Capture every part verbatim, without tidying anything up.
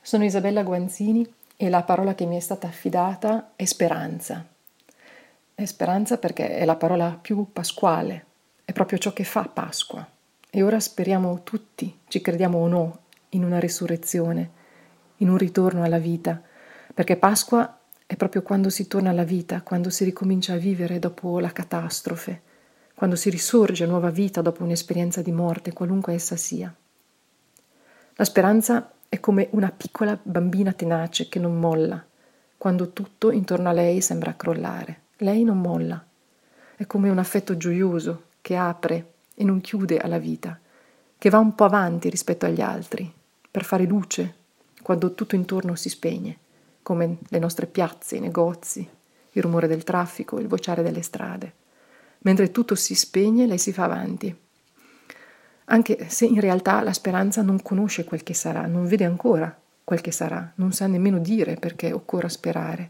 Sono Isabella Guanzini e la parola che mi è stata affidata è speranza. È speranza perché è la parola più pasquale, è proprio ciò che fa Pasqua. E ora speriamo tutti, ci crediamo o no, in una risurrezione, in un ritorno alla vita, perché Pasqua è proprio quando si torna alla vita, quando si ricomincia a vivere dopo la catastrofe, quando si risorge a nuova vita dopo un'esperienza di morte, qualunque essa sia. La speranza è come una piccola bambina tenace che non molla, quando tutto intorno a lei sembra crollare. Lei non molla. È come un affetto gioioso che apre e non chiude alla vita, che va un po' avanti rispetto agli altri, per fare luce quando tutto intorno si spegne, come le nostre piazze, i negozi, il rumore del traffico, il vociare delle strade. Mentre tutto si spegne, lei si fa avanti. Anche se in realtà la speranza non conosce quel che sarà, non vede ancora quel che sarà, non sa nemmeno dire perché occorra sperare.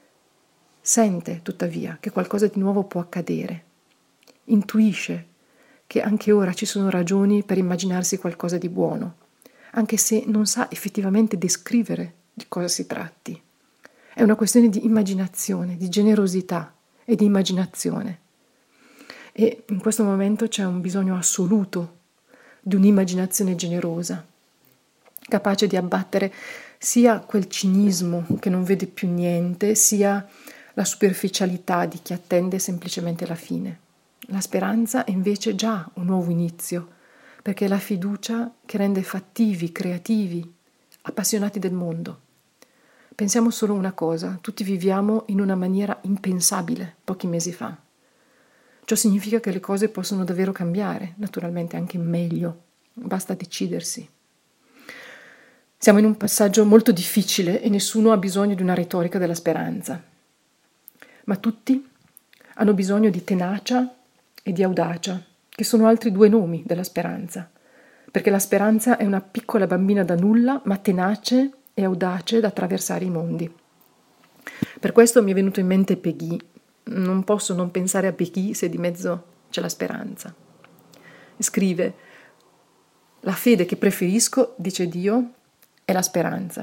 Sente, tuttavia, che qualcosa di nuovo può accadere. Intuisce che anche ora ci sono ragioni per immaginarsi qualcosa di buono, anche se non sa effettivamente descrivere di cosa si tratti. È una questione di immaginazione, di generosità e di immaginazione. E in questo momento c'è un bisogno assoluto di un'immaginazione generosa, capace di abbattere sia quel cinismo che non vede più niente, sia la superficialità di chi attende semplicemente la fine. La speranza è invece già un nuovo inizio, perché è la fiducia che rende fattivi, creativi, appassionati del mondo. Pensiamo solo una cosa: tutti viviamo in una maniera impensabile pochi mesi fa. Ciò significa che le cose possono davvero cambiare, naturalmente anche in meglio, basta decidersi. Siamo in un passaggio molto difficile e nessuno ha bisogno di una retorica della speranza, ma tutti hanno bisogno di tenacia e di audacia, che sono altri due nomi della speranza, perché la speranza è una piccola bambina da nulla, ma tenace e audace da attraversare i mondi. Per questo mi è venuto in mente Peggy. Non posso non pensare a Peggy se di mezzo c'è la speranza. Scrive: la fede che preferisco, dice Dio, è la speranza.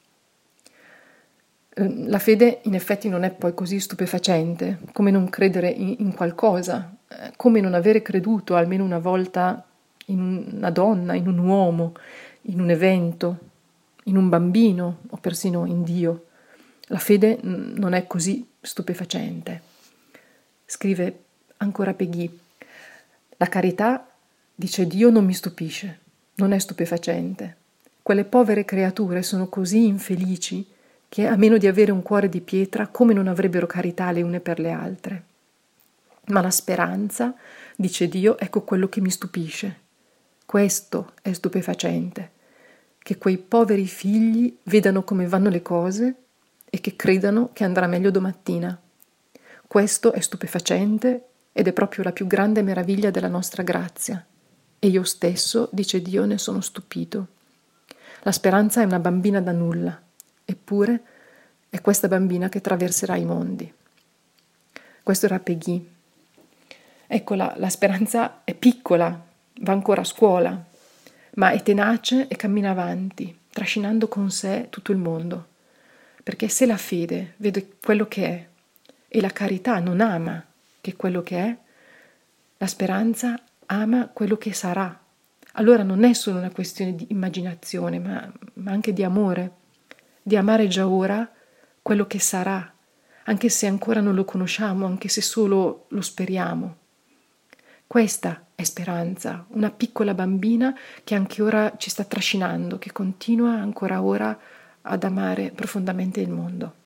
La fede in effetti non è poi così stupefacente, come non credere in, in qualcosa, come non avere creduto almeno una volta in una donna, in un uomo, in un evento, in un bambino o persino in Dio. La fede non è così stupefacente. Scrive ancora Peggy: la carità, dice Dio, non mi stupisce, non è stupefacente. Quelle povere creature sono così infelici che, a meno di avere un cuore di pietra, come non avrebbero carità le une per le altre. Ma la speranza, dice Dio, ecco quello che mi stupisce. Questo è stupefacente, che quei poveri figli vedano come vanno le cose e che credano che andrà meglio domattina. Questo è stupefacente ed è proprio la più grande meraviglia della nostra grazia. E io stesso, dice Dio, ne sono stupito. La speranza è una bambina da nulla, eppure è questa bambina che attraverserà i mondi. Questo era Peggy. Ecco, la, la speranza è piccola, va ancora a scuola, ma è tenace e cammina avanti, trascinando con sé tutto il mondo. Perché se la fede vede quello che è e la carità non ama che quello che è, la speranza ama quello che sarà. Allora non è solo una questione di immaginazione, ma, ma anche di amore, di amare già ora quello che sarà, anche se ancora non lo conosciamo, anche se solo lo speriamo. Questa è speranza, una piccola bambina che anche ora ci sta trascinando, che continua ancora ora ad amare profondamente il mondo.